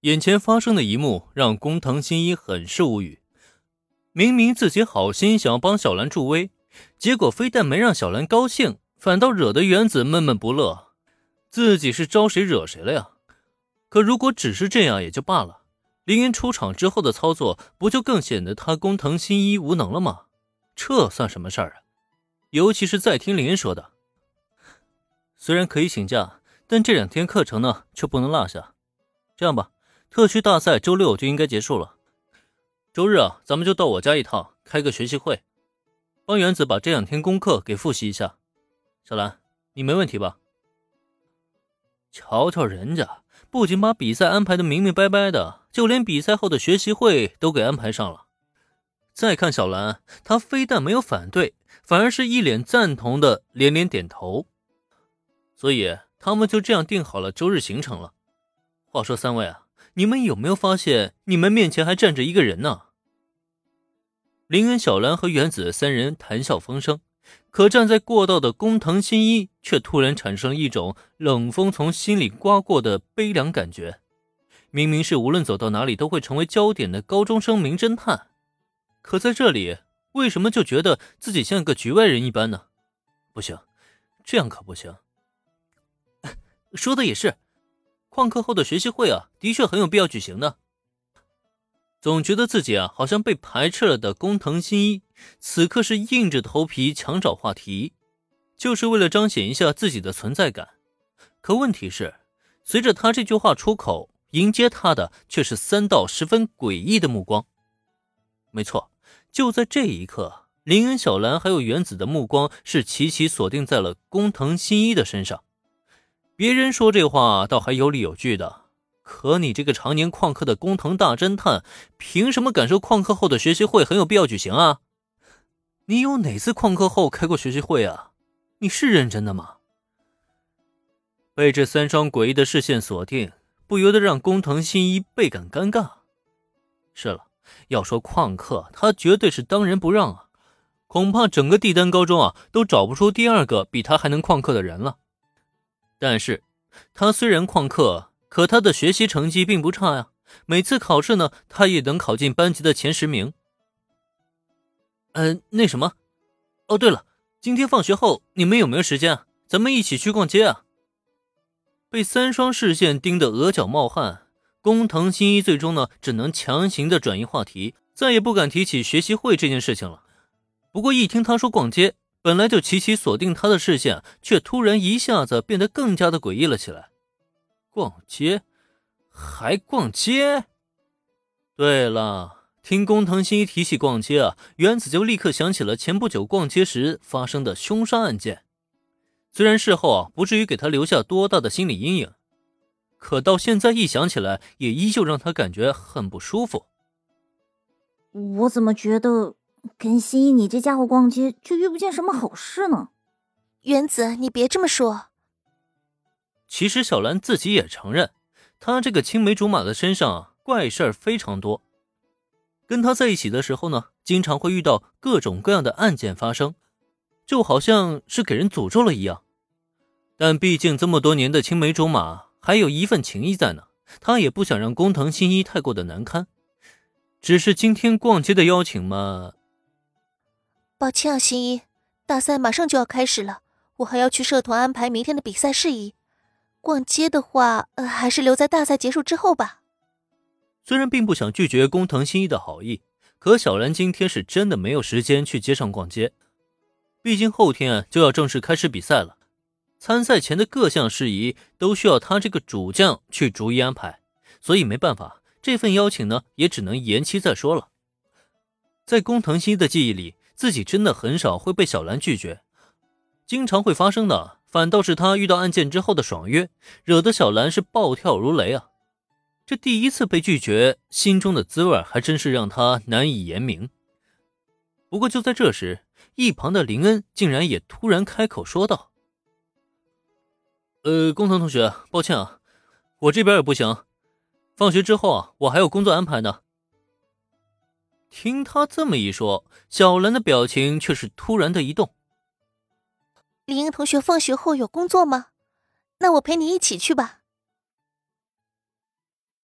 眼前发生的一幕让工藤新一很是无语。明明自己好心想要帮小兰助威，结果非但没让小兰高兴，反倒惹得原子闷闷不乐。自己是招谁惹谁了呀？可如果只是这样也就罢了，林恩出场之后的操作不就更显得他工藤新一无能了吗？这算什么事儿啊？尤其是再听林恩说的，虽然可以请假，但这2天课程呢却不能落下。这样吧，特区大赛周6就应该结束了，周日啊，咱们就到我家一趟，开个学习会，帮原子把这2天功课给复习一下。小兰，你没问题吧？瞧瞧人家，不仅把比赛安排得明明白白的，就连比赛后的学习会都给安排上了。再看小兰，她非但没有反对，反而是一脸赞同的连连点头。所以他们就这样定好了周日行程了。话说3位啊，你们有没有发现你们面前还站着一个人呢？林恩、小兰和原子3人谈笑风生，可站在过道的工藤新一却突然产生了一种冷风从心里刮过的悲凉感觉。明明是无论走到哪里都会成为焦点的高中生名侦探，可在这里为什么就觉得自己像个局外人一般呢？不行，这样可不行。说的也是，旷课后的学习会啊，的确很有必要举行的。总觉得自己啊好像被排斥了的工藤新一，此刻是硬着头皮强找话题，就是为了彰显一下自己的存在感。可问题是，随着他这句话出口，迎接他的却是3道十分诡异的目光。没错，就在这一刻，林恩、小兰还有原子的目光是齐齐锁定在了工藤新一的身上。别人说这话倒还有理有据的，可你这个常年旷课的工藤大侦探，凭什么敢说旷课后的学习会很有必要举行啊？你有哪次旷课后开过学习会啊？你是认真的吗？被这3双诡异的视线锁定，不由得让工藤新一倍感尴尬。是了，要说旷课，他绝对是当仁不让啊，恐怕整个帝丹高中啊都找不出第2个比他还能旷课的人了。但是他虽然旷课，可他的学习成绩并不差呀，每次考试呢，他也能考进班级的前10名。那什么，哦对了，今天放学后你们有没有时间啊？咱们一起去逛街啊。被3双视线盯得额角冒汗，工藤新一最终呢只能强行的转移话题，再也不敢提起学习会这件事情了。不过一听他说逛街，本来就齐齐锁定他的视线，却突然一下子变得更加的诡异了起来。逛街？还逛街？对了，听工藤新一提起逛街啊，原子就立刻想起了前不久逛街时发生的凶杀案件。虽然事后啊不至于给他留下多大的心理阴影，可到现在一想起来，也依旧让他感觉很不舒服。 我怎么觉得跟新一你这家伙逛街就遇不见什么好事呢？ 原子，你别这么说。 其实小兰自己也承认，她这个青梅竹马的身上啊怪事儿非常多。跟他在一起的时候呢，经常会遇到各种各样的案件发生，就好像是给人诅咒了一样。但毕竟这么多年的青梅竹马，还有一份情谊在呢，他也不想让工藤新一太过的难堪。只是今天逛街的邀请嘛…… 抱歉啊，新一，大赛马上就要开始了，我还要去社团安排明天的比赛事宜。逛街的话，还是留在大赛结束之后吧。 虽然并不想拒绝工藤新一的好意，可小兰今天是真的没有时间去街上逛街。毕竟后天就要正式开始比赛了，参赛前的各项事宜都需要他这个主将去逐一安排，所以没办法，这份邀请呢也只能延期再说了。在工藤新一的记忆里，自己真的很少会被小兰拒绝，经常会发生的反倒是他遇到案件之后的爽约，惹得小兰是暴跳如雷啊。这第一次被拒绝，心中的滋味还真是让他难以言明。不过就在这时，一旁的林恩竟然也突然开口说道：工藤同学，抱歉啊，我这边也不行，放学之后啊，我还有工作安排呢。听他这么一说，小兰的表情却是突然的一动。 林英同学放学后有工作吗？那我陪你一起去吧。